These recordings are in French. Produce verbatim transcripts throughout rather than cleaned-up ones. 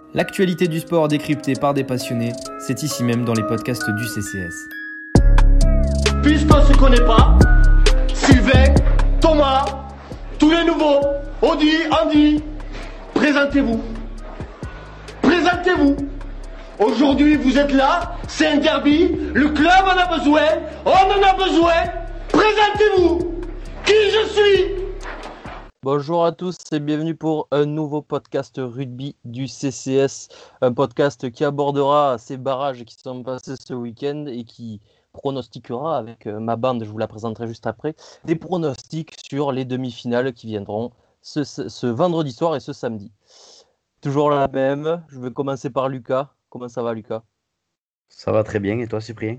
L'actualité du sport décryptée par des passionnés, c'est ici même dans les podcasts du C C S. Puisqu'on ne se connaît pas, Sylvain, Thomas, tous les nouveaux, Audi, Andy, présentez-vous. Présentez-vous. Aujourd'hui, vous êtes là, c'est un derby, le club en a besoin, on en a besoin. Présentez-vous. Qui je suis? Bonjour à tous et bienvenue pour un nouveau podcast rugby du C C S, un podcast qui abordera ces barrages qui sont passés ce week-end et qui pronostiquera avec ma bande, je vous la présenterai juste après, des pronostics sur les demi-finales qui viendront ce, ce, ce vendredi soir et ce samedi. Toujours la même, je vais commencer par Lucas. Comment ça va, Lucas? Ça va très bien, et toi, Cyprien?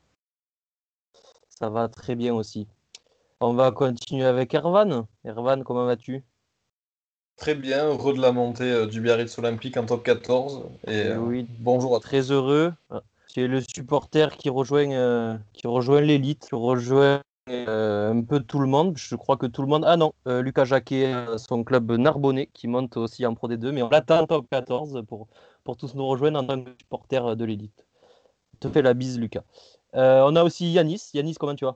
Ça va très bien aussi. On va continuer avec Erwan. Erwan, comment vas-tu? Très bien, heureux de la montée euh, du Biarritz Olympique en top quatorze. Et euh, oui, bonjour à tous. Très heureux. Tu es le supporter qui rejoint, euh, qui rejoint l'élite, qui rejoint euh, un peu tout le monde. Je crois que tout le monde... Ah non, euh, Lucas Jacquet, euh, son club narbonnais, qui monte aussi en Pro D deux, mais on l'attend en top quatorze pour, pour tous nous rejoindre en tant que supporter de l'élite. Je te fais la bise, Lucas. Euh, on a aussi Yanis. Yanis, comment tu vas?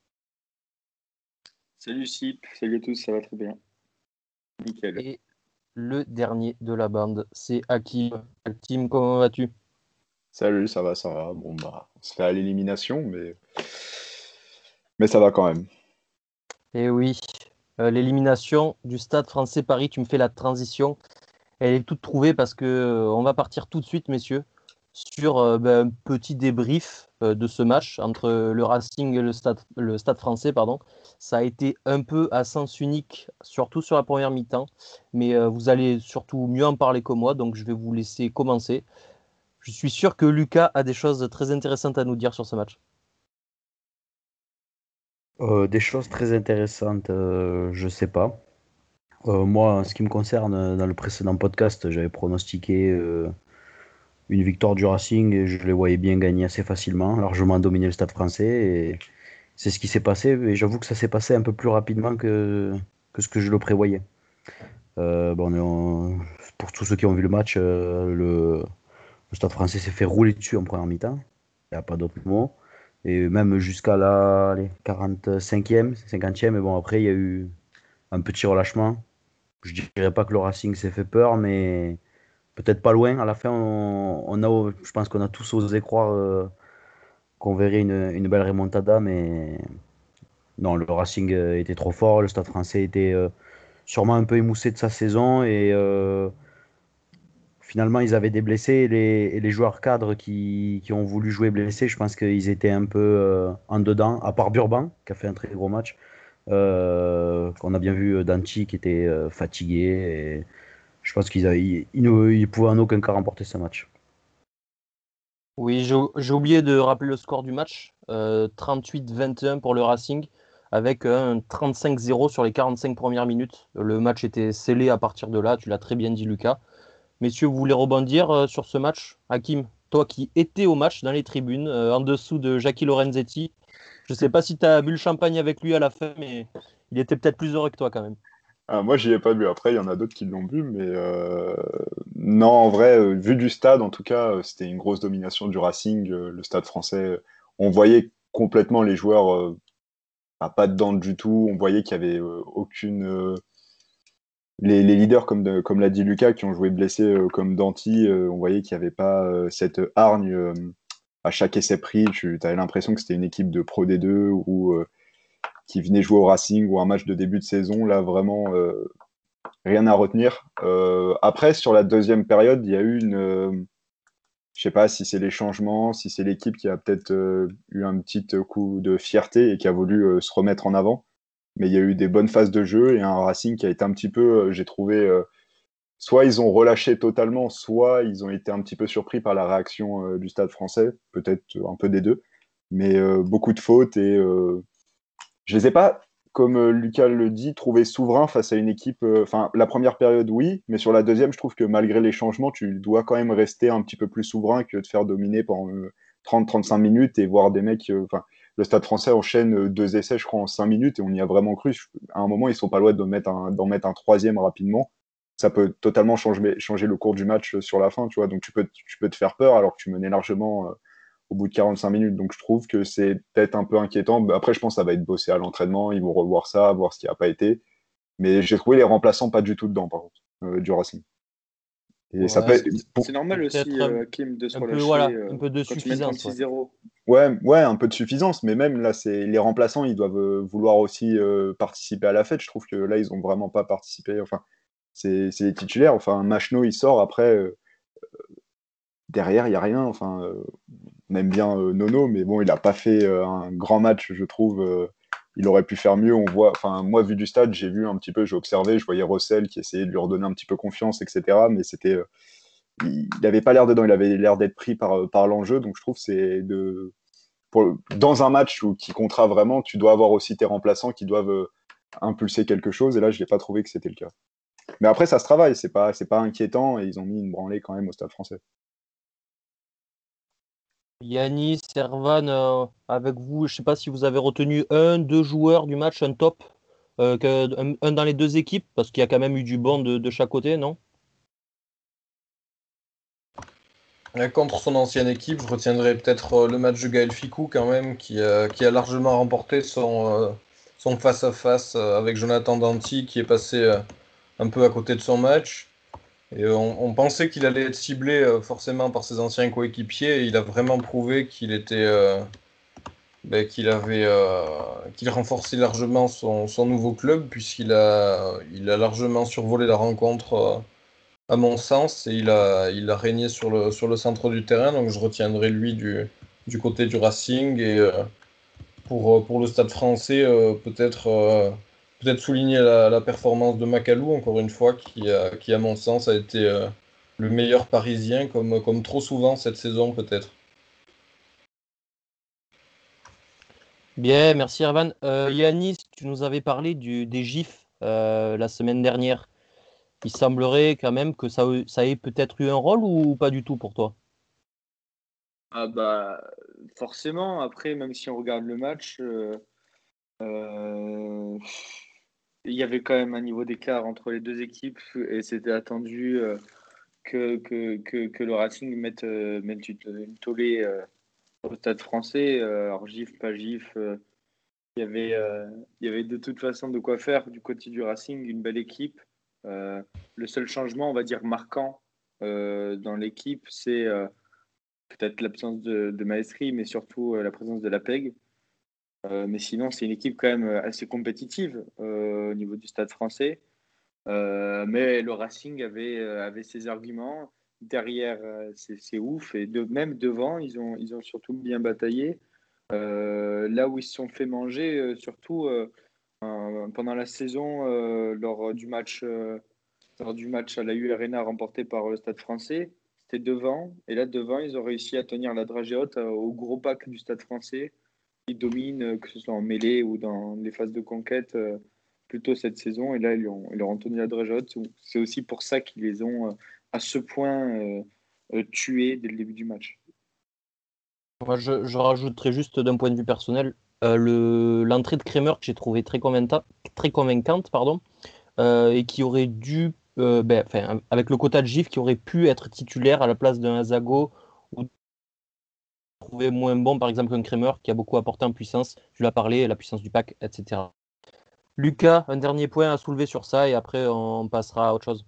Salut Sip, salut à tous, ça va très bien. Nickel. Et le dernier de la bande, c'est Hakim. Hakim, comment vas-tu? Salut, ça va, ça va. Bon, bah, on se fait à l'élimination, mais... mais ça va quand même. Et oui, euh, l'élimination du Stade Français Paris, tu me fais la transition. Elle est toute trouvée parce que euh, on va partir tout de suite, messieurs, sur euh, ben, un petit débrief euh, de ce match entre le Racing et le Stade, le Stade Français. Pardon. Ça a été un peu à sens unique, surtout sur la première mi-temps, mais euh, vous allez surtout mieux en parler que moi, donc je vais vous laisser commencer. Je suis sûr que Lucas a des choses très intéressantes à nous dire sur ce match. Euh, des choses très intéressantes, euh, je sais pas. Euh, moi, en ce qui me concerne, dans le précédent podcast, j'avais pronostiqué euh, une victoire du Racing et je les voyais bien gagner assez facilement, largement dominer le Stade Français. Et c'est ce qui s'est passé, et j'avoue que ça s'est passé un peu plus rapidement que, que ce que je le prévoyais. Euh, bon, on, pour tous ceux qui ont vu le match, euh, le, le Stade Français s'est fait rouler dessus en première mi-temps. Il n'y a pas d'autre mot. Et même jusqu'à la allez, quarante-cinquième, cinquantième, et bon, après, il y a eu un petit relâchement. Je dirais pas que le Racing s'est fait peur, mais peut-être pas loin. À la fin, on, on a, je pense qu'on a tous osé croire euh, qu'on verrait une, une belle remontada, mais non, le Racing était trop fort. Le Stade Français était euh, sûrement un peu émoussé de sa saison, et euh, finalement, ils avaient des blessés, et les, et les joueurs cadres qui, qui ont voulu jouer blessés, je pense qu'ils étaient un peu euh, en dedans, à part Burban, qui a fait un très gros match. Euh, qu'on a bien vu Danti qui était euh, fatigué. Et je pense qu'ils a, ils, ils ne ils pouvaient en aucun cas remporter ce match. Oui, j'ai, j'ai oublié de rappeler le score du match. Euh, trente-huit vingt et un pour le Racing, avec un trente-cinq zéro sur les quarante-cinq premières minutes. Le match était scellé à partir de là, tu l'as très bien dit, Lucas. Messieurs, vous voulez rebondir euh, sur ce match? Hakim, toi qui étais au match dans les tribunes, euh, en dessous de Jackie Lorenzetti, je ne sais pas si tu as bu le champagne avec lui à la fin, mais il était peut-être plus heureux que toi quand même. Ah, moi, j'y ai pas bu. Après, il y en a d'autres qui l'ont bu, mais euh, non, en vrai, euh, vu du stade, en tout cas, euh, c'était une grosse domination du Racing. euh, le Stade français, on voyait complètement les joueurs euh, bah, pas dedans du tout. On voyait qu'il y avait euh, aucune. euh, les, les leaders, comme, de- comme l'a dit Lucas, qui ont joué blessés euh, comme Danti, euh, on voyait qu'il n'y avait pas euh, cette hargne euh, à chaque essai pris. Tu avais l'impression que c'était une équipe de Pro D deux ou euh, qui venait jouer au Racing ou un match de début de saison. Là, vraiment, euh, rien à retenir. Euh, après, sur la deuxième période, il y a eu une. Euh, je sais pas si c'est les changements, si c'est l'équipe qui a peut-être euh, eu un petit coup de fierté et qui a voulu euh, se remettre en avant. Mais il y a eu des bonnes phases de jeu et un Racing qui a été un petit peu, euh, j'ai trouvé, euh, soit ils ont relâché totalement, soit ils ont été un petit peu surpris par la réaction euh, du Stade français, peut-être un peu des deux. Mais euh, beaucoup de fautes et euh, je les ai pas, comme euh, Lucas le dit, trouvés souverains face à une équipe. euh, Enfin, la première période, oui, mais sur la deuxième, je trouve que malgré les changements, tu dois quand même rester un petit peu plus souverain que de faire dominer pendant euh, trente à trente-cinq minutes et voir des mecs. euh, Enfin, le Stade français enchaîne euh, deux essais, je crois, en cinq minutes et on y a vraiment cru. Je- À un moment, ils sont pas loin de mettre un, d'en mettre un troisième rapidement. ça peut totalement changer, changer le cours du match sur la fin, tu vois. Donc tu peux, tu peux te faire peur alors que tu menais largement euh, au bout de quarante-cinq minutes. Donc je trouve que c'est peut-être un peu inquiétant. Après, je pense que ça va être bossé à l'entraînement, ils vont revoir ça, voir ce qui n'a pas été. Mais j'ai trouvé les remplaçants pas du tout dedans, par contre, euh, du Racing. Et ça peut Ouais, être, pour- C'est normal aussi, peut-être un, euh, Kim, de se un peu, relâcher voilà, euh, un peu de quand tu mènes suffisance. trente-six Ouais. zéro. Ouais, ouais, un peu de suffisance, mais même là, c'est les remplaçants, ils doivent euh, vouloir aussi euh, participer à la fête. Je trouve que là, ils ont vraiment pas participé. Enfin, c'est c'est les titulaires. Enfin, Machno, il sort après. Euh, derrière, il y a rien. Enfin, euh, on aime bien euh, Nono, mais bon, il a pas fait euh, un grand match, je trouve. Euh, il aurait pu faire mieux. On voit. Enfin, moi, vu du stade, j'ai vu un petit peu, j'ai observé, je voyais Rossel qui essayait de lui redonner un petit peu confiance, et cetera. Mais c'était, euh, il n'avait pas l'air dedans. Il avait l'air d'être pris par par l'enjeu. Donc, je trouve que c'est de pour, dans un match où, qui comptera vraiment, tu dois avoir aussi tes remplaçants qui doivent euh, impulser quelque chose. Et là, je n'ai pas trouvé que c'était le cas. Mais après, ça se travaille. C'est pas, c'est pas inquiétant. Et ils ont mis une branlée quand même au Stade Français. Yanis, Servan, euh, avec vous, je ne sais pas si vous avez retenu un, deux joueurs du match, un top, euh, que- un, un dans les deux équipes, parce qu'il y a quand même eu du bon de, de chaque côté, non? Et contre son ancienne équipe, je retiendrai peut-être euh, le match de Gaël Ficou quand même, qui, a- qui a largement remporté son, euh, son face-à-face euh, avec Jonathan Danty, qui est passé euh, un peu à côté de son match. Et euh, on, on pensait qu'il allait être ciblé euh, forcément par ses anciens coéquipiers, et il a vraiment prouvé qu'il était, euh, ben, qu'il avait, euh, qu'il renforçait largement son, son nouveau club, puisqu'il a, il a largement survolé la rencontre. Euh, à mon sens, et il a, il a régné sur le, sur le centre du terrain, donc je retiendrai lui du, du côté du Racing. Et euh, pour, euh, pour le Stade français, euh, peut-être euh, peut-être souligner la, la performance de Macalou, encore une fois, qui, a- qui à mon sens a été euh, le meilleur Parisien, comme, comme trop souvent cette saison peut-être. Bien, merci Ervan. Euh, Yanis, tu nous avais parlé du, des gifs euh, la semaine dernière. Il semblerait quand même que ça, ça ait peut-être eu un rôle ou pas du tout pour toi? Ah bah forcément, après, même si on regarde le match, euh, euh, il y avait quand même un niveau d'écart entre les deux équipes et c'était attendu euh, que, que, que, que le Racing mette, euh, mette une, une tollée euh, au Stade français. Euh, alors gif, pas gif, euh, il y avait, euh, il y avait de toute façon de quoi faire du côté du Racing, une belle équipe. Euh, le seul changement, on va dire, marquant euh, dans l'équipe, c'est euh, peut-être l'absence de, de Maestri, mais surtout euh, la présence de la P E G. Euh, mais sinon, c'est une équipe quand même assez compétitive euh, au niveau du Stade français. Euh, mais le Racing avait, euh, avait ses arguments. Derrière, euh, c'est, c'est ouf. Et de, même devant, ils ont, ils ont surtout bien bataillé. Euh, là où ils se sont fait manger, euh, surtout euh, euh, pendant la saison, euh, lors du match, euh, lors du match à la U Arena remporté par le Stade français, c'était devant. Et là, devant, ils ont réussi à tenir la dragée haute euh, au gros pack du Stade français. Ils dominent, euh, que ce soit en mêlée ou dans les phases de conquête, euh, plutôt cette saison. Et là, ils, ont, ils leur ont tenu la dragée haute. C'est aussi pour ça qu'ils les ont euh, à ce point euh, euh, tués dès le début du match. Moi, je, je rajouterais juste d'un point de vue personnel euh, le, l'entrée de Kremer que j'ai trouvé très, convainca- très convaincante pardon, euh, et qui aurait dû, euh, ben, enfin, avec le quota de Gif, qui aurait pu être titulaire à la place d'un Azago ou trouver moins bon, par exemple, qu'un Kremer qui a beaucoup apporté en puissance. Tu l'as parlé, la puissance du pack, et cetera. Lucas, un dernier point à soulever sur ça et après on passera à autre chose.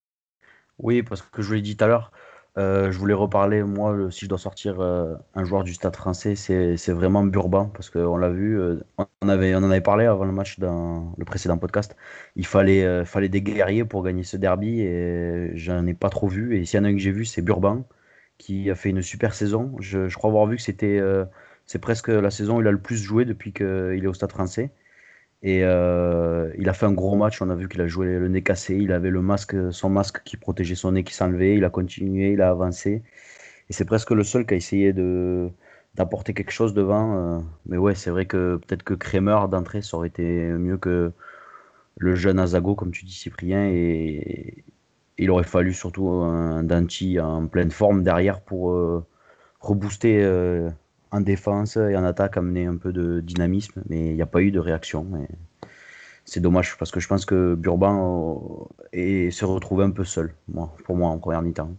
Oui, parce que je vous l'ai dit tout à l'heure, euh, je voulais reparler, moi, le- si je dois sortir euh, un joueur du Stade français, c'est c'est vraiment Burban, parce qu'on l'a vu, euh, on avait, on en avait parlé avant le match dans le précédent podcast. Il fallait, euh, fallait des guerriers pour gagner ce derby, et j'en ai pas trop vu. Et s'il y en a un que j'ai vu, c'est Burban, qui a fait une super saison. Je, je crois avoir vu que c'était euh, c'est presque la saison où il a le plus joué depuis qu'il est au Stade français. Et euh, il a fait un gros match, on a vu qu'il a joué le nez cassé, il avait le masque, son masque qui protégeait son nez qui s'enlevait, il a continué, il a avancé. Et c'est presque le seul qui a essayé de d'apporter quelque chose devant. euh. Mais ouais, c'est vrai que peut-être que Kremer d'entrée, ça aurait été mieux que le jeune Azago, comme tu dis, Cyprien. Et il aurait fallu surtout un Danti en pleine forme derrière pour euh, rebooster euh, en défense et en attaque, amener un peu de dynamisme. Mais il n'y a pas eu de réaction. Et c'est dommage parce que je pense que Burban euh, est, se retrouvait un peu seul, moi, pour moi, en première mi-temps.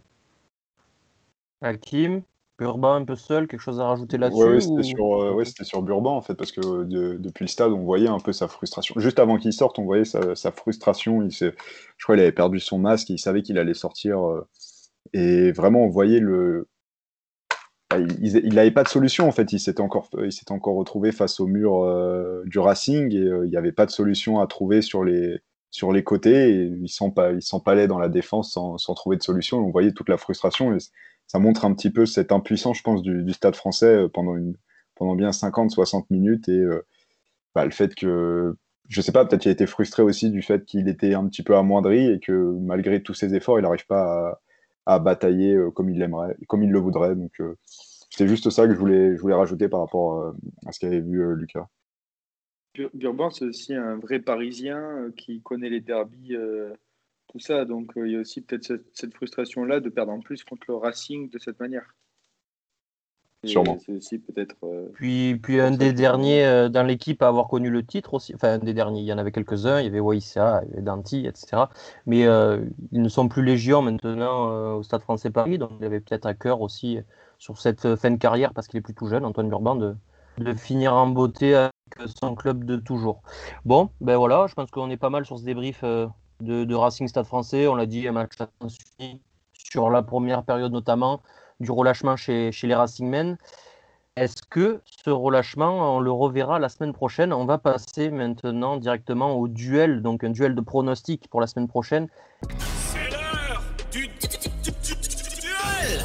Hakim, Urbain un peu seul, quelque chose à rajouter Ouais, là-dessus ouais, c'était ou... sur, euh, ouais, c'était sur Burban en fait, parce que euh, de- depuis le stade, on voyait un peu sa frustration. Juste avant qu'il sorte, on voyait sa, sa frustration. Il s'est, je crois qu'il avait perdu son masque, il savait qu'il allait sortir. euh, et vraiment, on voyait le. Bah, il n'avait pas de solution en fait. Il s'était encore, il s'était encore retrouvé face au mur euh, du Racing et euh, il n'y avait pas de solution à trouver sur les, sur les côtés. Et il s'empa- il s'empalait dans la défense sans, sans trouver de solution. Et on voyait toute la frustration. Et ça montre un petit peu cette impuissance, je pense, du, du stade français euh, pendant, une, pendant bien cinquante soixante minutes. Et euh, bah, le fait que, je sais pas, peut-être qu'il a été frustré aussi du fait qu'il était un petit peu amoindri et que malgré tous ses efforts, il n'arrive pas à, à batailler euh, comme il l'aimerait, comme il le voudrait. Donc, euh, c'est juste ça que je voulais, je voulais rajouter par rapport euh, à ce qu'avait vu euh, Lucas. Bur- Burban, c'est aussi un vrai Parisien euh, qui connaît les derbies, euh, tout ça. Donc, euh, il y a aussi peut-être cette, cette frustration-là de perdre en plus contre le Racing de cette manière. Et Sûrement. c'est aussi peut-être euh, Puis, puis un pour ça des qu'il est derniers énervé. euh, dans l'équipe à avoir connu le titre aussi, enfin un des derniers, il y en avait quelques-uns, il y avait Waïssa, il y avait Danti, et cetera. Mais euh, ils ne sont plus légion maintenant euh, au Stade français Paris, donc il avait peut-être à cœur aussi euh, sur cette euh, fin de carrière, parce qu'il est plus tout jeune, Antoine Urban, de, de finir en beauté avec son club de toujours. Bon, ben voilà, je pense qu'on est pas mal sur ce débrief euh, de, de Racing Stade français, on l'a dit, un match à sens unique sur la première période notamment, du relâchement chez, chez les Racingmen. Est-ce que ce relâchement, on le reverra la semaine prochaine? On va passer maintenant directement au duel, donc un duel de pronostics pour la semaine prochaine. C'est l'heure du, du- du- du- du- du duel.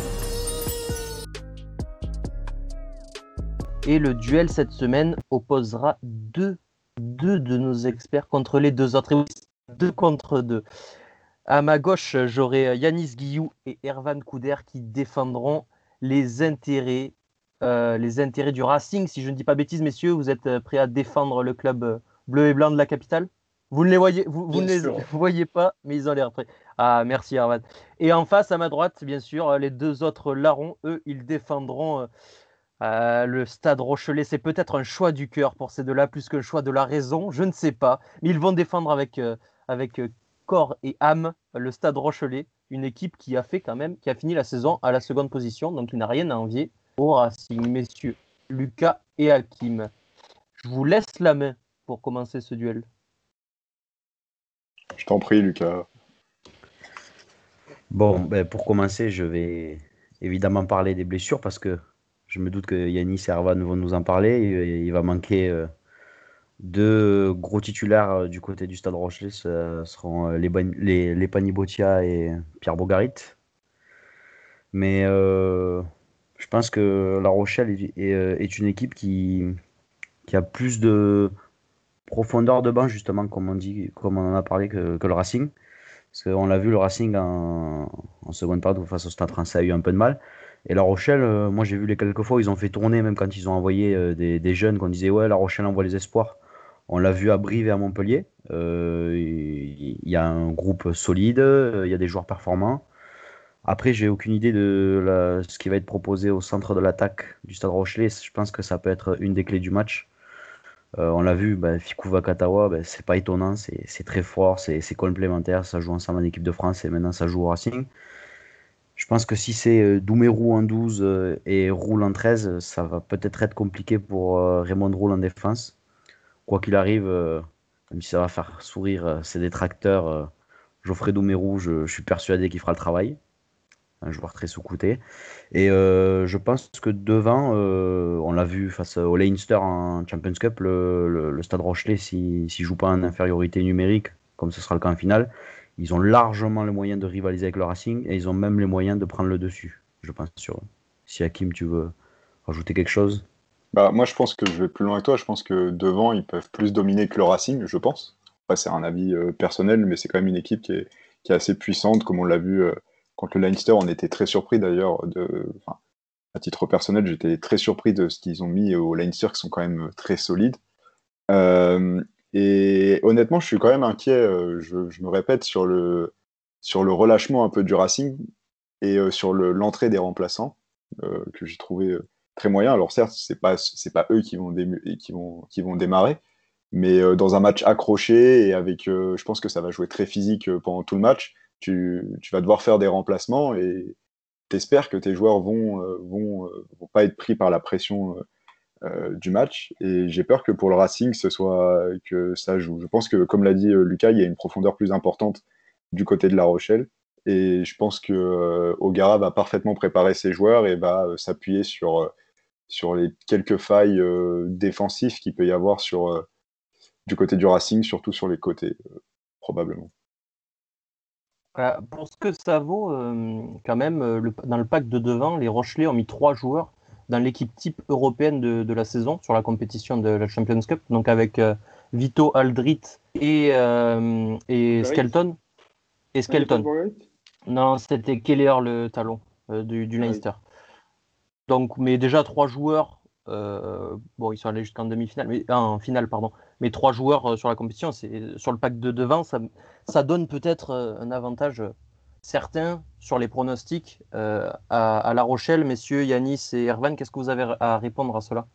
Et le duel cette semaine opposera deux, deux de nos experts contre les deux autres. Et oui, deux contre deux. À ma gauche, j'aurai Yanis Guillou et Ervan Couder qui défendront les intérêts, euh, les intérêts du Racing. Si je ne dis pas bêtise, messieurs, vous êtes euh, prêts à défendre le club euh, bleu et blanc de la capitale? Vous ne les voyez, vous, vous Bien ne les sûr. voyez pas, mais ils ont l'air prêts. Ah, merci Ervan. Et en face, à ma droite, bien sûr, euh, les deux autres larrons, eux, ils défendront euh, euh, le Stade Rochelais. C'est peut-être un choix du cœur pour ces deux-là, plus qu'un choix de la raison, je ne sais pas. Mais ils vont défendre avec, euh, avec euh, corps et âme le Stade Rochelais, une équipe qui a fait quand même, qui a fini la saison à la seconde position, donc il n'a rien à envier au Racing, messieurs, Lucas et Hakim. Je vous laisse la main pour commencer ce duel. Je t'en prie, Lucas. Bon, ben, pour commencer, je vais évidemment parler des blessures parce que je me doute que Yanis et Ervan vont nous en parler. Et il va manquer euh, deux gros titulaires euh, du côté du Stade Rochelais. Ce seront euh, les, Ban- les, les Pani Botia et Pierre Bogarit. Mais euh, je pense que La Rochelle est, est, euh, est une équipe qui, qui a plus de profondeur de banc, justement, comme on dit, comme on en a parlé, que, que le Racing. Parce qu'on l'a vu, le Racing en, en seconde période face au Stade Français a eu un peu de mal. Et La Rochelle, euh, moi j'ai vu les quelques fois où ils ont fait tourner, même quand ils ont envoyé euh, des, des jeunes, qu'on disait ouais, La Rochelle envoie les espoirs. On l'a vu à Brive et à Montpellier. Euh, Il y, y a un groupe solide, euh, il y a des joueurs performants. Après, j'ai aucune idée de la- ce qui va être proposé au centre de l'attaque du Stade Rochelais. Je pense que ça peut être une des clés du match. Euh, on l'a vu, ben, Fikou Vakatawa, ben, c'est pas étonnant, c'est c'est très fort, c'est c'est complémentaire, ça joue ensemble en équipe de France et maintenant ça joue au Racing. Je pense que si c'est euh, Doumerou en douze euh, et Roule en treize, euh, ça va peut-être être compliqué pour euh, Raymond Roule en défense. Quoi qu'il arrive, euh, même si ça va faire sourire euh, ses détracteurs, euh, Geoffrey Doumerou, je, je suis persuadé qu'il fera le travail. Un joueur très sous-coté. Et euh, je pense que devant, euh, on l'a vu face au Leinster en Champions Cup, le, le- le Stade Rochelais, s'il ne joue pas en infériorité numérique, comme ce sera le cas en finale, ils ont largement les moyens de rivaliser avec le Racing et ils ont même les moyens de prendre le dessus, je pense. Sur... Si Hakim, tu veux rajouter quelque chose? Bah, moi, je pense que je vais plus loin que toi. Je pense que devant, ils peuvent plus dominer que le Racing, je pense. Après, c'est un avis euh, personnel, mais c'est quand même une équipe qui est, qui est assez puissante, comme on l'a vu euh, contre le Leinster. On était très surpris d'ailleurs. De, enfin, à titre personnel, j'étais très surpris de ce qu'ils ont mis au Leinster, qui sont quand même très solides. Euh, et honnêtement, je suis quand même inquiet. euh, je, je me répète sur le, sur le relâchement un peu du Racing et euh, sur le- l'entrée des remplaçants euh, que j'ai trouvé euh, très moyen. Alors certes, c'est pas c'est pas eux qui vont dému- qui vont qui vont démarrer, Mais euh, dans un match accroché et avec, euh, je pense que ça va jouer très physique euh, pendant tout le match. Tu, tu vas devoir faire des remplacements et t'espères que tes joueurs vont, euh, vont, euh, vont pas être pris par la pression euh, du match. Et j'ai peur que pour le Racing, ce soit que ça joue. Je pense que, comme l'a dit euh, Lucas, il y a une profondeur plus importante du côté de La Rochelle. Et je pense que euh, O'Gara va parfaitement préparer ses joueurs et va euh, s'appuyer sur, euh, sur les quelques failles euh, défensives qu'il peut y avoir sur, euh, du côté du Racing, surtout sur les côtés, euh, probablement. Euh, pour ce que ça vaut, euh, quand même, euh, le- dans le pack de devant, les Rochelais ont mis trois joueurs dans l'équipe type européenne de, de la saison sur la compétition de la Champions Cup, donc avec euh, Vito Aldrit et, euh, et Bourgarit. Skelton. Et Non, il y a pas Skelton. Bourgarit Non, c'était Keller le talon euh, du, du Ah oui. Leinster. Donc, mais déjà trois joueurs, euh, bon, ils sont allés jusqu'en demi-finale, mais ah, en finale, pardon. Mais trois joueurs euh, sur la compétition, c'est sur le pack de devant, ça, ça donne peut-être euh, un avantage euh, certain sur les pronostics euh, à, à La Rochelle. Messieurs, Yanis et Erwan, qu'est-ce que vous avez à répondre à cela?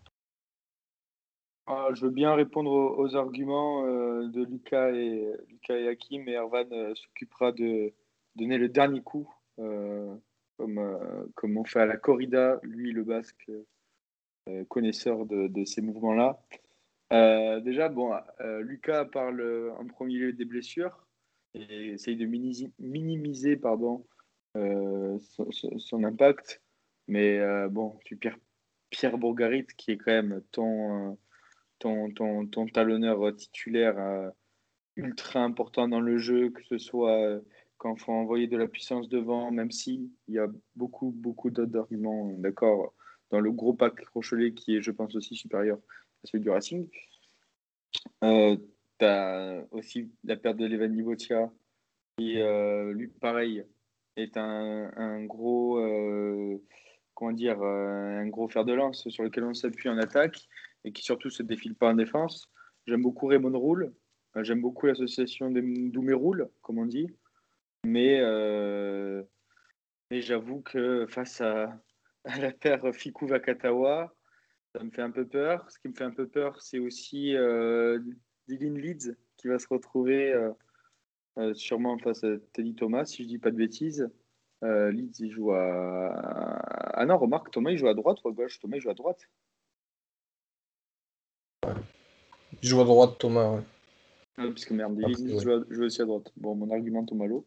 Ah, je veux bien répondre aux, aux arguments euh, de Lucas et, Lucas et Hakim, et Erwan euh, s'occupera de donner le dernier coup, euh, comme, euh, comme on fait à la corrida, lui le basque, euh, connaisseur de, de ces mouvements-là. Euh, déjà, bon, euh, Lucas parle en premier lieu des blessures et essaye de minimiser, minimiser pardon, euh, son, son- son impact. Mais euh, bon, tu perds Pierre Bourgarit, qui est quand même ton, euh, ton, ton, ton talonneur titulaire euh, ultra important dans le jeu, que ce soit euh, quand il faut envoyer de la puissance devant, même si il y a beaucoup, beaucoup d'autres arguments, d'accord, dans le gros pack Rochelet qui est, je pense, aussi supérieur à celui du Racing. Euh, tu as aussi la perte de Levan Nivotia, qui, euh, lui, pareil, est un, un gros, euh, comment dire, euh, un gros fer de lance sur lequel on s'appuie en attaque et qui surtout se défile pas en défense. J'aime beaucoup Raymond Roule, euh, j'aime beaucoup l'association des Doumé Roule, comme on dit, mais, euh, mais j'avoue que face à, à la paire Fikou Vakatawa, ça me fait un peu peur. Ce qui me fait un peu peur, c'est aussi euh, Dylan Leeds qui va se retrouver euh, euh, sûrement face à Teddy Thomas, si je dis pas de bêtises. Euh, Leeds, il joue à. Ah non, remarque, Thomas, il joue à droite ou à gauche? Thomas, il joue à droite. Il joue à droite, Thomas. Ouais. Ah, parce que merde, Dylan Après, Leeds ouais. joue, à- joue aussi à droite. Bon, mon argument tombe à l'eau.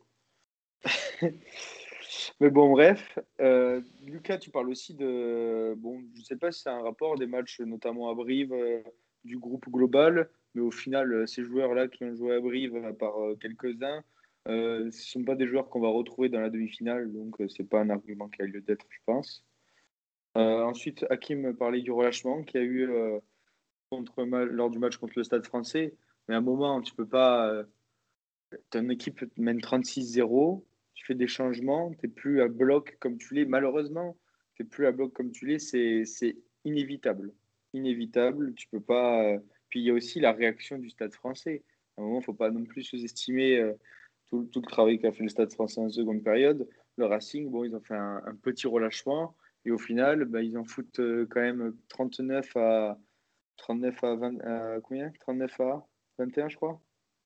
Mais bon, bref. Euh, Lucas, tu parles aussi de. Bon, je ne sais pas si c'est un rapport des matchs, notamment à Brive, euh, du groupe global, mais au final, euh, ces joueurs-là qui ont joué à Brive, à part euh, quelques-uns, euh, ce ne sont pas des joueurs qu'on va retrouver dans la demi-finale, donc euh, c'est pas un argument qui a lieu d'être, je pense. Euh, ensuite, Hakim parlait du relâchement qu'il y a eu euh, contre, lors du match contre le Stade français, mais à un moment, tu peux pas. Euh, ton équipe mène trente-six zéro, tu fais des changements, tu n'es plus à bloc comme tu l'es. Malheureusement, tu n'es plus à bloc comme tu l'es, c'est, c'est inévitable. Inévitable, tu peux pas. euh, Puis il y a aussi la réaction du Stade français. À un moment, il ne faut pas non plus sous-estimer euh, tout, tout le travail qu'a fait le Stade français en seconde période. Le Racing, bon, ils ont fait un, un petit relâchement et au final, bah, ils en foutent euh, quand même trente-neuf à trente-neuf à vingt, à combien trente-neuf à vingt et un, je crois.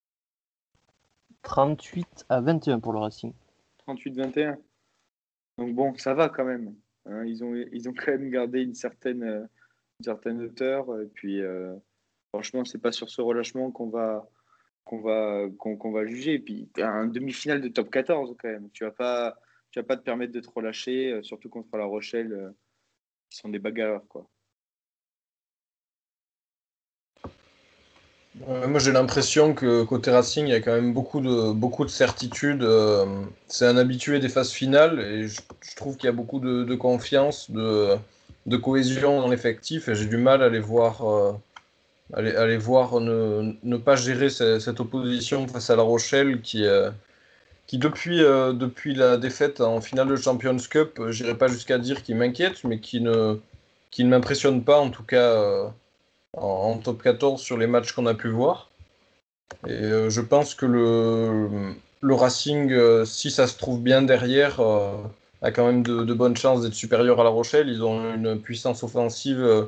trente-huit à vingt et un pour le Racing. trente-huit vingt et un. Donc bon, ça va quand même. Hein, ils ont, ils ont quand même gardé une certaine, euh, une certaine hauteur. Et puis, euh, franchement, c'est pas sur ce relâchement qu'on va, qu'on va, qu'on, qu'on va juger. Et puis, t'es un demi-finale de top quatorze quand même. Tu vas pas, tu vas pas te permettre de te relâcher, euh, surtout contre La Rochelle, euh, qui sont des bagarreurs, quoi. Euh, moi, j'ai l'impression que côté Racing, il y a quand même beaucoup de, beaucoup de certitudes. Euh, c'est un habitué des phases finales et je, je trouve qu'il y a beaucoup de, de confiance, de, de cohésion dans l'effectif et j'ai du mal à les voir, euh, à les, à les voir ne, ne pas gérer ce- cette opposition face à La Rochelle qui, euh, qui depuis, euh, depuis la défaite en finale de Champions Cup, euh, j'irai pas jusqu'à dire qu'il m'inquiète, mais qui ne, qui ne m'impressionne pas en tout cas euh, en, en top quatorze sur les matchs qu'on a pu voir. Et euh, je pense que le, le Racing, euh, si ça se trouve bien derrière, euh, a quand même de, de bonnes chances d'être supérieur à La Rochelle. Ils ont une puissance offensive euh,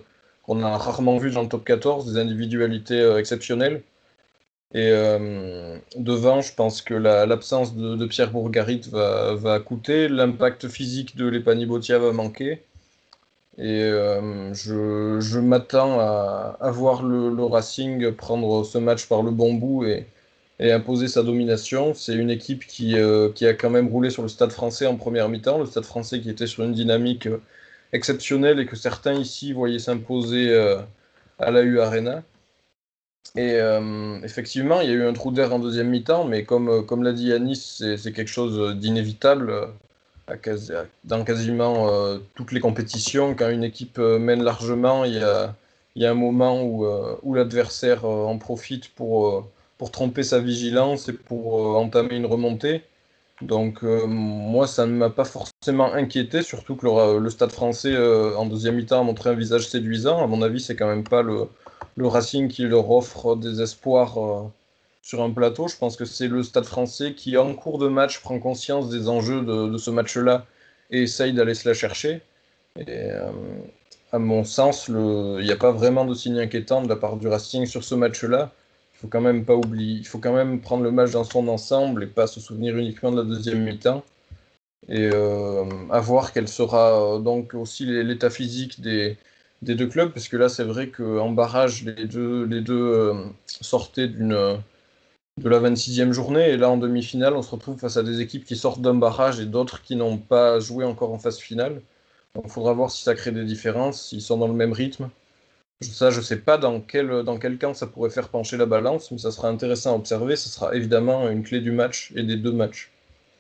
qu'on a rarement vu dans le top quatorze, des individualités euh, exceptionnelles. Et euh, devant, je pense que la, l'absence de, de Pierre Bourgarit va, va coûter, l'impact physique de Lepani Botia va manquer. Et euh, je, je m'attends à, à voir le, le Racing prendre ce match par le bon bout et, et imposer sa domination. C'est une équipe qui, euh, qui a quand même roulé sur le Stade Français en première mi-temps, le Stade Français qui était sur une dynamique euh, exceptionnelle et que certains ici voyaient s'imposer euh, à la U Arena. Et euh, effectivement, il y a eu un trou d'air en deuxième mi-temps, mais comme, euh, comme l'a dit Yanis, c'est, c'est quelque chose d'inévitable euh, à quasi- à- dans quasiment euh, toutes les compétitions. Quand une équipe euh, mène largement, il y a, il y a un moment où, euh, où l'adversaire euh, en profite pour, euh, pour tromper sa vigilance et pour euh, entamer une remontée. Donc euh, moi, ça ne m'a pas forcément inquiété, surtout que le, le Stade Français euh, en deuxième mi-temps a montré un visage séduisant. À mon avis, c'est quand même pas le, le Racing qui leur offre des espoirs euh, sur un plateau. Je pense que c'est le Stade Français qui, en cours de match, prend conscience des enjeux de, de ce match-là et essaye d'aller se la chercher. Et euh, à mon sens, le- il n'y a pas vraiment de signe inquiétant de la part du Racing sur ce match-là. Il faut quand même pas oublier, il faut quand même prendre le match dans son ensemble et pas se souvenir uniquement de la deuxième mi-temps. Et euh, à voir quel sera euh, donc aussi l'é- l'état physique des, des deux clubs, parce que là c'est vrai qu'en barrage, les deux, les deux euh, sortaient d'une, de la vingt-sixième journée, et là en demi-finale, on se retrouve face à des équipes qui sortent d'un barrage et d'autres qui n'ont pas joué encore en phase finale. Donc il faudra voir si ça crée des différences, s'ils sont dans le même rythme. Ça, je ne sais pas dans quel, dans quel camp ça pourrait faire pencher la balance, mais ça sera intéressant à observer. Ce sera évidemment une clé du match et des deux matchs.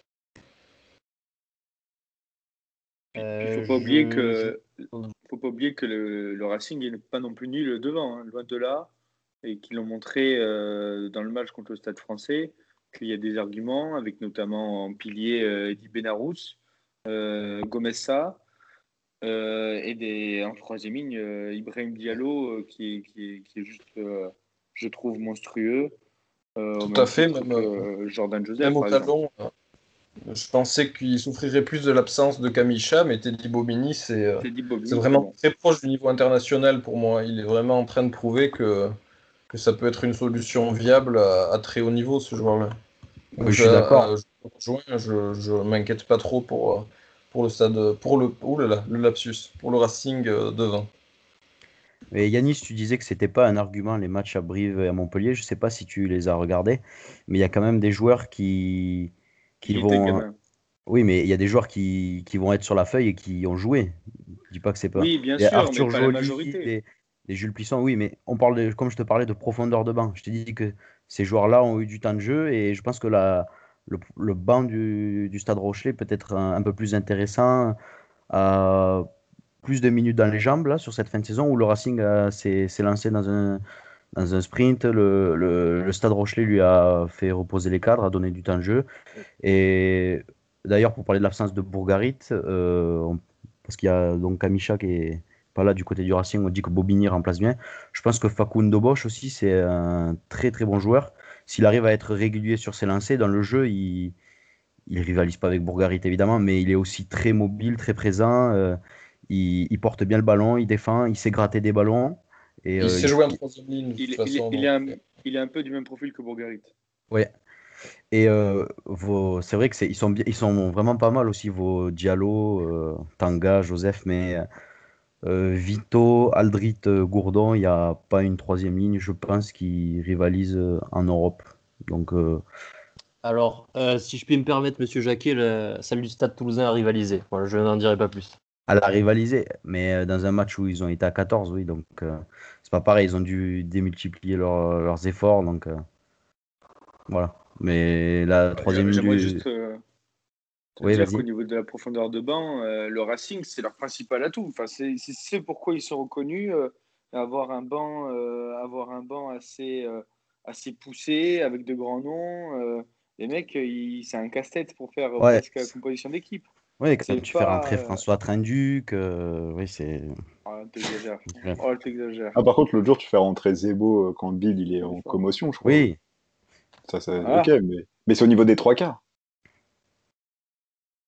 Puis, Euh, il faut pas oublier je- que, je- faut pas oublier que le, le Racing n'est pas non plus nul devant, hein, loin de là, et qu'ils l'ont montré euh, dans le match contre le Stade Français, qu'il y a des arguments, avec notamment en pilier euh, Eddie Benarous, euh, Gomez-Sa, euh, et des, en troisième ligne, euh, Ibrahim Diallo, euh, qui, est, qui, est, qui est juste, euh, je trouve, monstrueux, euh, au Tout même à fait, titre même, que euh, euh, Jordan Joseph, même au par exemple. talon. euh, Je pensais qu'il souffrirait plus de l'absence de Kamisha, mais Teddy Bobigny, c'est euh, Teddy c'est Bobigny, très vraiment bon. très proche du niveau international pour moi. Il est vraiment en train de prouver que, que ça peut être une solution viable à, à très haut niveau, ce joueur-là. Donc Oui, je je, suis d'accord. euh, je te rejoins, je, je m'inquiète pas trop pour, euh, pour le stade, pour le, ouh là là, le lapsus, pour le Racing euh, devant. Mais Yanis, tu disais que c'était pas un argument les matchs à Brive et à Montpellier. Je sais pas si tu les as regardés, mais il y a quand même des joueurs qui, qui Il était vont. gamin. Oui, mais il y a des joueurs qui, qui vont être sur la feuille et qui ont joué. Je dis pas que c'est pas. Oui, bien Les sûr, mais Arthur pas la Joly, majorité. les, les Jules Plisson, oui, mais on parle de, comme je te parlais de profondeur de banc. Je t'ai dit que ces joueurs-là ont eu du temps de jeu et je pense que la, le, le banc du, du Stade Rochelet peut être un, un peu plus intéressant, euh, plus de minutes dans les jambes là sur cette fin de saison où le Racing euh, s'est s'est lancé dans un, dans un sprint. Le, le, le Stade Rochelet lui a fait reposer les cadres, a donné du temps de jeu. Et d'ailleurs, pour parler de l'absence de Bourgarit, euh, on- parce qu'il y a donc Kamisha qui est pas là du côté du Racing, on dit que Bobigny remplace bien. Je pense que Facundo Bosch aussi, c'est un très très bon joueur. S'il arrive à être régulier sur ses lancers dans le jeu, il, il rivalise pas avec Bourgarit évidemment, mais il est aussi très mobile, très présent. euh, il, il porte bien le ballon, il défend, il sait gratter des ballons. Et Il euh, sait il, jouer en il- troisième ligne de toute Il, il, façon. il, est Donc, un, euh, il est un peu du même profil que Bourgarit. ouais. Et euh, vos, c'est vrai que c'est, ils sont bien, ils sont vraiment pas mal aussi vos Diallo, euh, Tanga, Joseph, mais euh, Vito, Aldrit, euh, Gourdon, il n'y a pas une troisième ligne, je pense, qui rivalise euh, en Europe. Donc, euh, Alors, euh, si je puis me permettre, Monsieur Jacquet, le- celle du Stade Toulousain a rivalisé. Voilà, je n'en dirai pas plus. elle a rivalisé, mais euh, dans un match où ils ont été à quatorze, oui, donc euh, c'est pas pareil, ils ont dû démultiplier leur- leurs efforts, donc euh, voilà. Mais la troisième J'a- ligne J'aimerais du. juste euh, te Oui, dire qu'au vas-y. niveau de la profondeur de banc, euh, le Racing, c'est leur principal atout. Enfin, c'est c'est ce pourquoi ils sont reconnus. euh, avoir un banc, euh, avoir un banc assez, euh, assez poussé, avec de grands noms. euh, les mecs, ils- c'est un casse-tête pour faire euh, Ouais, presque la composition d'équipe. ouais, C'est quand tu fais pas. rentrer euh, François Trinduc, euh, oui, c'est. Oh, t'exagères. Bref. Oh, t'exagères. Ah, par contre, l'autre jour, tu fais rentrer Zebo euh, quand Bill il est Il est en fort. commotion, je crois. Oui, Ça, c'est ok, Ah, mais, mais c'est au niveau des trois quarts. oh,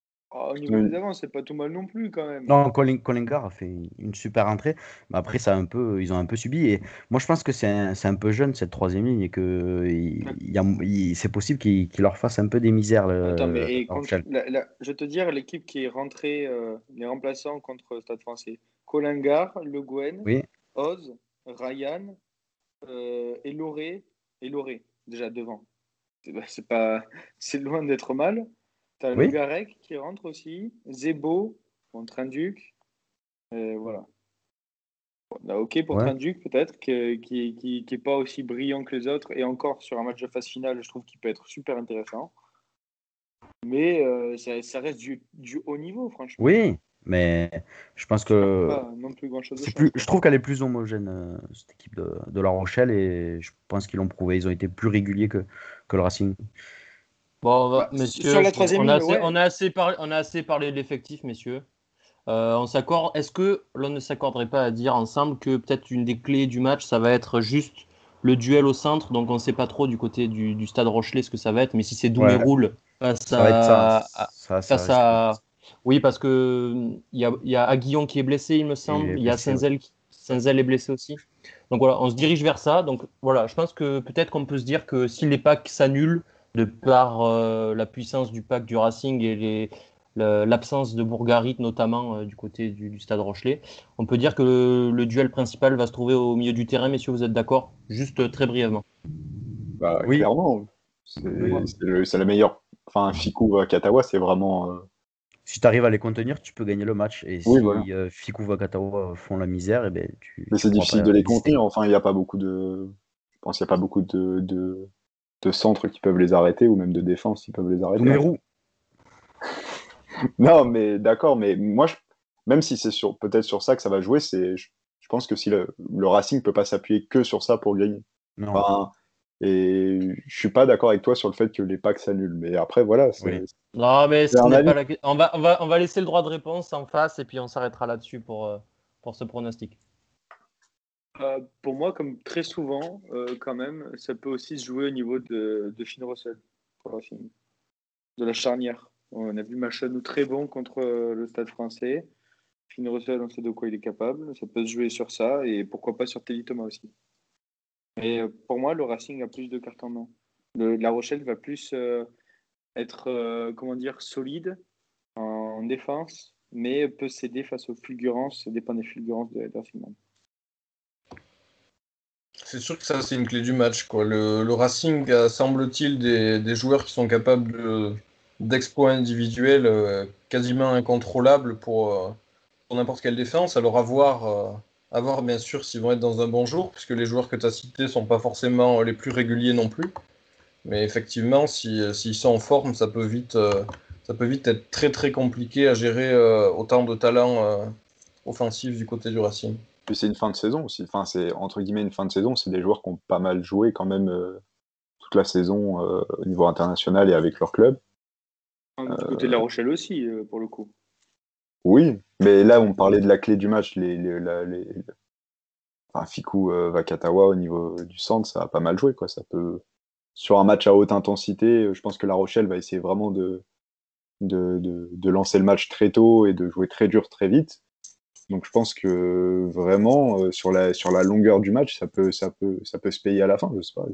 Au niveau Oui. des avances, c'est pas tout mal non plus quand même. Non, Colin, Colin Gare a fait une, une super entrée, mais après ça a un peu, ils ont un peu subi. Et moi, je pense que c'est un, c'est un peu jeune cette troisième ligne et que il, il y a- il- c'est possible qu'il qu'il leur fasse un peu des misères. Attends, Le, mais et La contre, Rochelle. la- la- je vais te dire l'équipe qui est rentrée, euh, les remplaçants contre Stade Français. Colingar, Le Guen, Oui, Oz, Ryan, euh, et Loré, et Loré, déjà devant. C'est bah, c'est pas, c'est loin d'être mal. T'as Le oui, Garec qui rentre aussi, Zebo contre Trinduc. Euh, voilà. Bah, ok pour ouais. Trinduc peut-être, que- qui, qui, qui est pas aussi brillant que les autres. Et encore sur un match de phase finale, je trouve qu'il peut être super intéressant. Mais euh, ça, ça reste du, du haut niveau, franchement. Oui, mais je pense Il n'y a que pas non plus grand-chose de c'est chance, plus, je quoi. trouve qu'elle est plus homogène, euh, cette équipe de, de La Rochelle, et je pense qu'ils l'ont prouvé. Ils ont été plus réguliers que, que le Racing. Bon, on va- Bah, sur messieurs, la je- troisième on a ligne, assez, ouais. on a assez parlé, on a assez parlé de l'effectif, messieurs. Euh, on s'accorde. Est-ce que l'on ne s'accorderait pas à dire ensemble que peut-être une des clés du match, ça va être juste le duel au centre. Donc on ne sait pas trop du côté du, du Stade Rochelais ce que ça va être, mais si c'est Ouais, Douméroul face ça va être ça. à, à- Ça, ça face risque d'être. à- oui, parce que il y a, il y a Aguillon qui est blessé, il me Il semble. est Il y a blessé, ouais. Senzel, qui- Senzel est blessé aussi. Donc voilà, on se dirige vers ça. Donc voilà, je pense que peut-être qu'on peut se dire que si les packs s'annulent de par euh, la puissance du pack du Racing et les, le- l'absence de Bourgarit notamment euh, du côté du, du Stade Rochelais, on peut dire que le, le duel principal va se trouver au milieu du terrain. Messieurs, vous êtes d'accord? Juste euh, très brièvement. Bah, Oui, clairement, c'est oui. c'est le- c'est la meilleure. Enfin, Fikou Katawa, c'est vraiment. euh, Si tu arrives à les contenir, tu peux gagner le match. Et Oui, voilà. si euh, Fikou Vakatawa font la misère, eh ben, tu Mais tu c'est pourras difficile pas de les résister. contenir. Enfin, il n'y a pas beaucoup de. Je pense qu'il n'y a pas beaucoup de, de, de centres qui peuvent les arrêter ou même de défense qui peuvent les arrêter. En fait. Doumerou, Non, mais d'accord, mais moi, je- même si c'est sur peut-être sur ça que ça va jouer, c'est, je, je pense que si le, le Racing peut pas s'appuyer que sur ça pour gagner. non. Enfin, et je suis pas d'accord avec toi sur le fait que les packs s'annulent. Mais après, voilà, c'est Oui. Non, mais c'est ce un n'est avis. pas la... que- on va, on va, on va laisser le droit de réponse en face et puis on s'arrêtera là-dessus pour, euh, pour ce pronostic. Euh, pour moi, comme très souvent, euh, quand même, ça peut aussi se jouer au niveau de, de Finn Russell, pour la fin, de la charnière. On a vu Machanou très bon contre euh, le Stade français. Finn Russell, on sait de quoi il est capable. Ça peut se jouer sur ça et pourquoi pas sur Teddy Thomas aussi. Mais euh, pour moi, le Racing a plus de cartes en main. Le, La Rochelle va plus euh, être, euh, comment dire, solide en défense, mais peut céder face aux fulgurances. Ça dépend des fulgurances de de Racing. C'est sûr que ça, c'est une clé du match, quoi. Le, le Racing a, semble-t-il, des, des joueurs qui sont capables de, d'exploits individuels euh, quasiment incontrôlables pour, euh, pour n'importe quelle défense. Alors, à voir, euh, à voir, bien sûr, s'ils vont être dans un bon jour, puisque les joueurs que tu as cités ne sont pas forcément les plus réguliers non plus. Mais effectivement, si, s'ils sont en forme, ça peut vite, euh, ça peut vite être très, très compliqué à gérer euh, autant de talents euh, offensifs du côté du Racing. Puis c'est une fin de saison aussi. Enfin, c'est entre guillemets une fin de saison. C'est des joueurs qui ont pas mal joué quand même euh, toute la saison euh, au niveau international et avec leur club. Du côté de La Rochelle aussi, euh, pour le coup. Oui, mais là, on parlait de la clé du match. Les, les, la- les... Enfin, Fikou euh, Vakatawa au niveau du centre, ça a pas mal joué, quoi. Ça peut... Sur un match à haute intensité, je pense que La Rochelle va essayer vraiment de, de, de, de lancer le match très tôt et de jouer très dur très vite. Donc je pense que vraiment, euh, sur, la, sur la longueur du match, ça peut, ça, peut, ça peut se payer à la fin, je sais pas.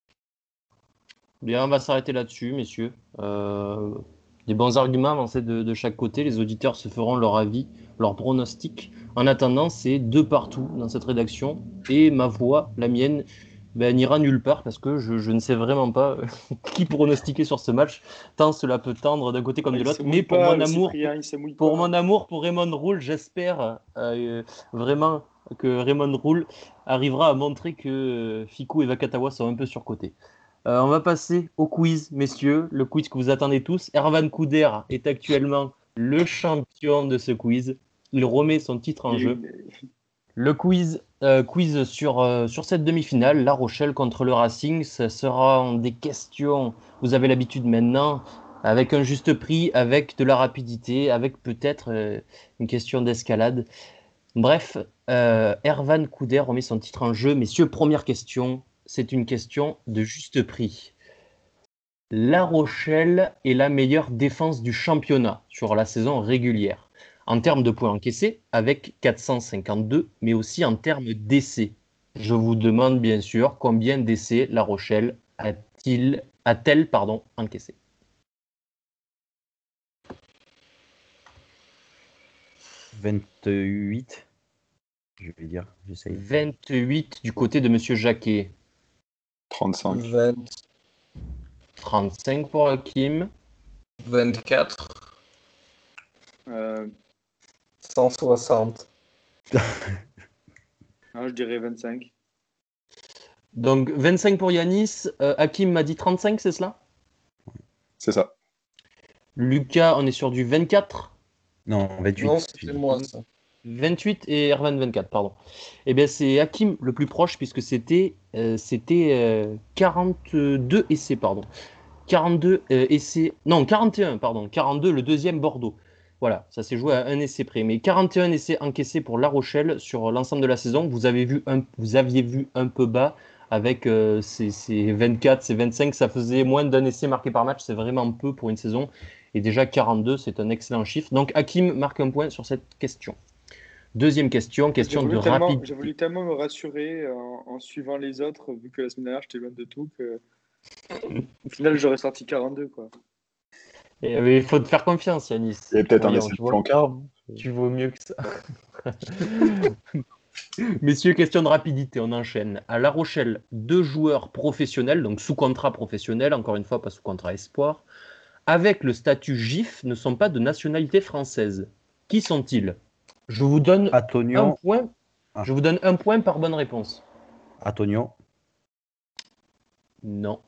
Bien, on va s'arrêter là-dessus, messieurs. Euh, des bons arguments avancés de, de chaque côté. Les auditeurs se feront leur avis, leur pronostic. En attendant, c'est deux partout dans cette rédaction. Et ma voix, la mienne, ben, n'ira nulle part parce que je, je ne sais vraiment pas qui pronostiquer sur ce match, tant cela peut tendre d'un côté comme de Il l'autre. se Mais mouille pour pas, mon le amour, Cyprien, il se mouille pour pas. mon amour pour Raymond Roule, j'espère euh, vraiment que Raymond Roule arrivera à montrer que euh, Fikou et Vakatawa sont un peu surcotés. Euh, on va passer au quiz, messieurs, le quiz que vous attendez tous. Ervan Couder est actuellement le champion de ce quiz. Il remet son titre en jeu. Le quiz, euh, quiz sur, euh, sur cette demi-finale, La Rochelle contre le Racing, ce sera des questions, vous avez l'habitude maintenant, avec un juste prix, avec de la rapidité, avec peut-être euh, une question d'escalade. Bref, euh, Ervan Couder remet son titre en jeu. Messieurs, première question, c'est une question de juste prix. La Rochelle est la meilleure défense du championnat sur la saison régulière. En termes de points encaissés, avec quatre cent cinquante-deux, mais aussi en termes d'essais. Je vous demande bien sûr combien d'essais La Rochelle a-t-il, a-t-elle pardon, encaissé. vingt-huit, je vais dire, j'essaye. vingt-huit du côté de Monsieur Jacquet. trente-cinq. vingt, trente-cinq pour Hakim. vingt-quatre, Euh, cent soixante. non, je dirais vingt-cinq. Donc vingt-cinq pour Yanis. Euh, Hakim m'a dit trente-cinq, c'est cela? C'est ça. Lucas, on est sur du vingt-quatre. Non, vingt-huit. Non, c'était moi ça. vingt-huit et Erwan vingt-quatre, pardon. Eh bien, c'est Hakim le plus proche puisque c'était euh, c'était euh, quarante-deux essais, pardon. quarante-deux euh, essais, non, quarante et un, pardon. quarante-deux, le deuxième Bordeaux. Voilà, ça s'est joué à un essai près. Mais quarante et un essais encaissés pour La Rochelle sur l'ensemble de la saison. Vous, avez vu un, vous aviez vu un peu bas avec euh, ces, ces vingt-quatre, ces vingt-cinq. Ça faisait moins d'un essai marqué par match. C'est vraiment peu pour une saison. Et déjà quarante-deux, c'est un excellent chiffre. Donc Hakim marque un point sur cette question. Deuxième question, question de tellement, rapidité. J'ai voulu tellement me rassurer en, en suivant les autres, vu que la semaine dernière, j'étais loin de tout, que au final, j'aurais sorti quarante-deux, quoi. Et, mais il faut te faire confiance, Yanis. Il y avait peut-être un Voyons, essai tu de vois- Plancard. Tu vaux mieux que ça. Messieurs, question de rapidité, on enchaîne. À La Rochelle, deux joueurs professionnels, donc sous contrat professionnel, encore une fois, pas sous contrat espoir, avec le statut G I F, ne sont pas de nationalité française. Qui sont-ils? Je vous donne un Antonio. point. Ah. Je vous donne un point par bonne réponse. Antonio. Non.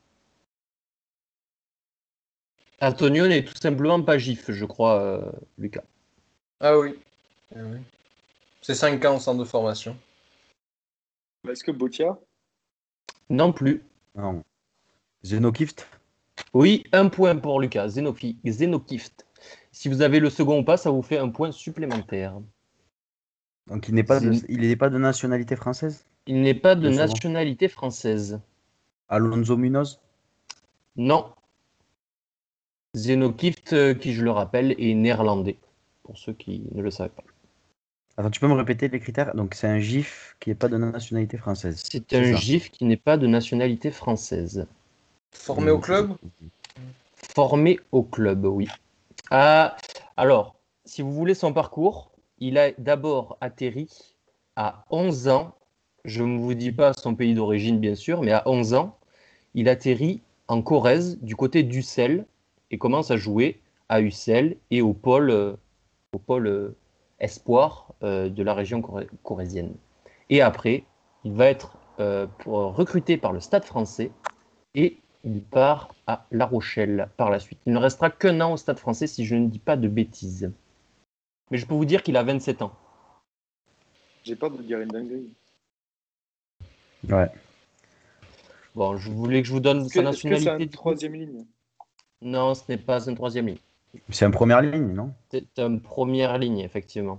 Antonio n'est tout simplement pas G I F, je crois, euh, Lucas. Ah oui. Ah oui. C'est cinq ans en centre de formation. Est-ce que Botia? Non plus. Non. Zenokift. Oui, un point pour Lucas, Zenofi- Zenokift. Si vous avez le second ou pas, ça vous fait un point supplémentaire. Donc il n'est pas, de, Zen- il n'est pas de nationalité française. Il n'est pas de Le second. nationalité française. Alonso Munoz. Non. Zenokift, euh, qui je le rappelle, est néerlandais, pour ceux qui ne le savaient pas. Attends, tu peux me répéter les critères? Donc c'est un G I F qui n'est pas de nationalité française. C'est un ça. G I F qui n'est pas de nationalité française. Formé au club? Formé au club, oui. Ah, alors, si vous voulez son parcours, il a d'abord atterri à onze ans. Je ne vous dis pas son pays d'origine, bien sûr, mais à onze ans, il atterrit en Corrèze, du côté d'Ussel, et commence à jouer à Ussel et au pôle, euh, au pôle euh, espoir euh, de la région coré- corrézienne. Et après, il va être euh, pour- recruté par le Stade français et il part à La Rochelle par la suite. Il ne restera qu'un an au Stade français si je ne dis pas de bêtises. Mais je peux vous dire qu'il a vingt-sept ans. J'ai peur de dire une dinguerie. Ouais. Bon, je voulais que je vous donne Est-ce sa que est-ce que c'est nationalité. un du coup. troisième ligne? Non, ce n'est pas une troisième ligne. C'est en première ligne, non? C'est une première ligne, effectivement.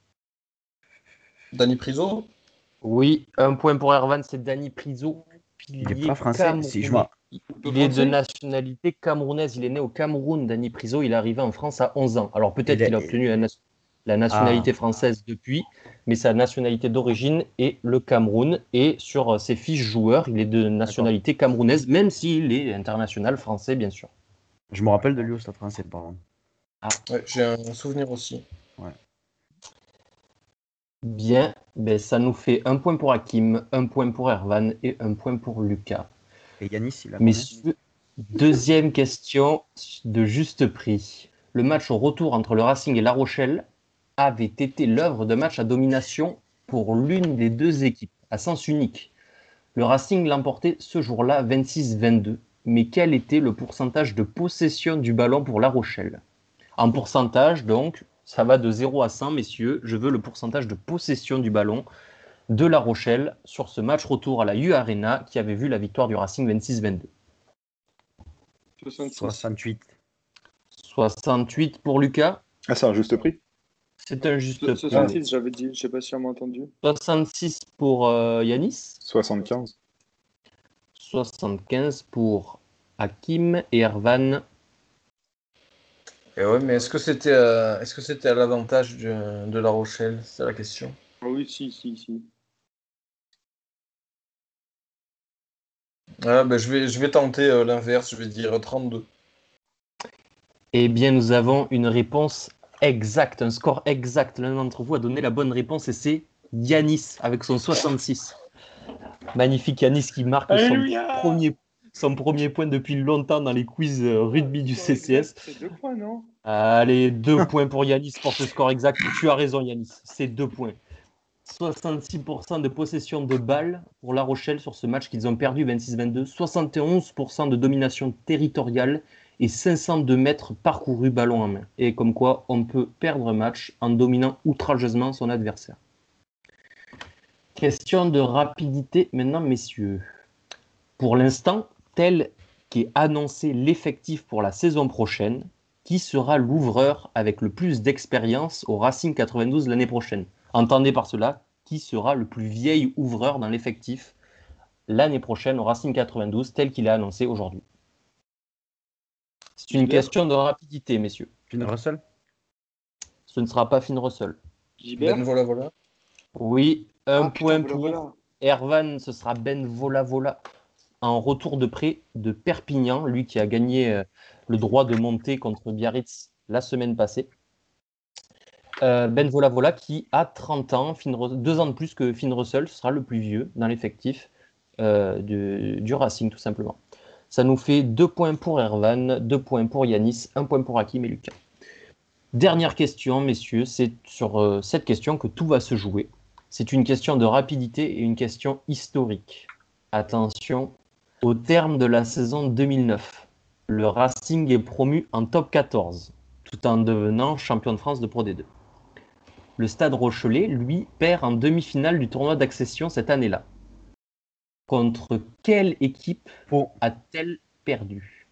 Dani Priso? Oui, un point pour Erwan, c'est Dani Priso. Il n'est pas français. Si je m'en- Il est de nationalité camerounaise. Il est né au Cameroun, Dani Priso. Il est arrivé en France à onze ans. Alors peut-être Il est- qu'il a obtenu la, nation- la nationalité Ah. française depuis, mais sa nationalité d'origine est le Cameroun. Et sur ses fiches joueurs, il est de nationalité camerounaise, même s'il est international français, bien sûr. Je me rappelle de lui au Stade français, par contre. Ouais, j'ai un souvenir aussi. Bien, ben, ça nous fait un point pour Hakim, un point pour Erwan et un point pour Lucas. Et Yanis, il a combien? Messieurs, deuxième question de juste prix. Le match au retour entre le Racing et La Rochelle avait été l'œuvre d'un match à domination pour l'une des deux équipes, à sens unique. Le Racing l'emportait ce jour-là vingt-six vingt-deux, mais quel était le pourcentage de possession du ballon pour La Rochelle? En pourcentage, donc, ça va de zéro à cent, messieurs. Je veux le pourcentage de possession du ballon de La Rochelle sur ce match retour à la U Arena qui avait vu la victoire du Racing vingt-six vingt-deux. soixante-six. soixante-huit. soixante-huit pour Lucas. Ah, c'est un juste prix. C'est un juste prix. soixante-six, j'avais dit. Je sais pas si on m'a entendu. soixante-six pour euh, Yanis. soixante-quinze. soixante-quinze pour Hakim et Ervan. Et ouais, mais est-ce que c'était euh, est-ce que c'était à l'avantage du- de La Rochelle? C'est la question. Ah oui, si, si, si. Ah, ben, je vais, je vais tenter euh, l'inverse, je vais dire trente-deux. Eh bien, nous avons une réponse exacte, un score exact. L'un d'entre vous a donné la bonne réponse et c'est Yanis avec son soixante-six. Magnifique Yanis qui marque son Alléluia premier, son premier point depuis longtemps dans les quiz euh, rugby du C C S. C'est deux points, non? Allez, deux points pour Yanis pour ce score exact. Tu as raison Yanis, c'est deux points. soixante-six pour cent de possession de balles pour La Rochelle sur ce match qu'ils ont perdu vingt-six vingt-deux. soixante et onze pour cent de domination territoriale et cinq cent deux mètres parcourus ballon en main. Et comme quoi, on peut perdre un match en dominant outrageusement son adversaire. Question de rapidité maintenant, messieurs. Pour l'instant, tel qu'est annoncé l'effectif pour la saison prochaine, qui sera l'ouvreur avec le plus d'expérience au Racing quatre-vingt-douze l'année prochaine? Entendez par cela, qui sera le plus vieil ouvreur dans l'effectif l'année prochaine au Racing quatre-vingt-douze, tel qu'il est annoncé aujourd'hui? C'est une Gilbert. question de rapidité, messieurs. Finn Russell. Ce ne sera pas Finn Russell. Gilbert. Ben voilà, voilà. Oui, un Ah, putain, point voilà, pour voilà. Ervan, ce sera Ben Vola Vola en retour de prêt de Perpignan, lui qui a gagné euh, le droit de monter contre Biarritz la semaine passée. Euh, Ben Vola Vola qui a trente ans, Finn Ru- deux ans de plus que Finn Russell, ce sera le plus vieux dans l'effectif euh, du, du Racing tout simplement. Ça nous fait deux points pour Ervan, deux points pour Yanis, un point pour Hakim et Lucas. Dernière question, messieurs, c'est sur euh, cette question que tout va se jouer. C'est une question de rapidité et une question historique. Attention, au terme de la saison deux mille neuf, le Racing est promu en top quatorze, tout en devenant champion de France de Pro D deux. Le Stade Rochelais, lui, perd en demi-finale du tournoi d'accession cette année-là. Contre quelle équipe Pau. a-t-elle perdu?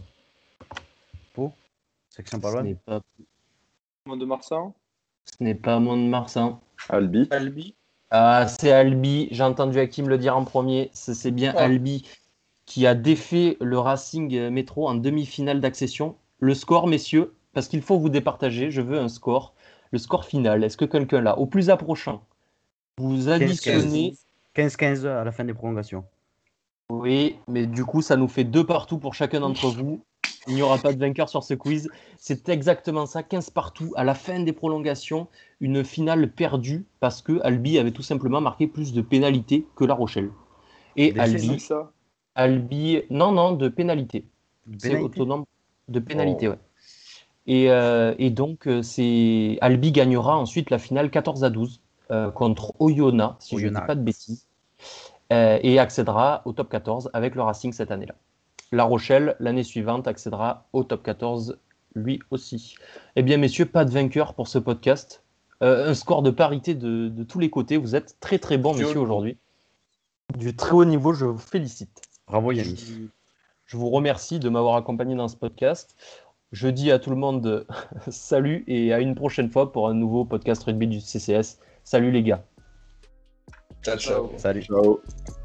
Pau. Section Ce pas loin. n'est pas, Monde de Marsan. ce n'est pas Mont-de-Marsan. Albi. Albi. Ah, c'est Albi, j'ai entendu Hakim le dire en premier, c'est c'est bien Ah. Albi qui a défait le Racing Métro en demi-finale d'accession. Le score, messieurs, parce qu'il faut vous départager, je veux un score. Le score final, est-ce que quelqu'un l'a? Au plus approchant, vous additionnez... quinze quinze à la fin des prolongations. Oui, mais du coup, ça nous fait deux partout pour chacun d'entre vous. Il n'y aura pas de vainqueur sur ce quiz. C'est exactement ça, quinze partout à la fin des prolongations. Une finale perdue parce que Albi avait tout simplement marqué plus de pénalités que La Rochelle. Et Des Albi, C'est ça. Albi, non, non, de pénalité. C'est Pénalité. autonome de pénalité, Oh. ouais. Et, euh, et donc, euh, c'est Albi gagnera ensuite la finale quatorze à douze euh, contre Oyonnax, si je ne dis Oyonnax. pas de bêtises, euh, et accédera au top quatorze avec le Racing cette année-là. La Rochelle, l'année suivante, accédera au top quatorze lui aussi. Eh bien, messieurs, pas de vainqueur pour ce podcast. Euh, un score de parité de, de tous les côtés. Vous êtes très très bons, Du haut messieurs, niveau. aujourd'hui. Du très haut niveau, je vous félicite. Bravo Yannis. Je vous remercie de m'avoir accompagné dans ce podcast. Je dis à tout le monde salut et à une prochaine fois pour un nouveau podcast rugby du C C S. Salut les gars. Ciao, ciao. Salut. Ciao.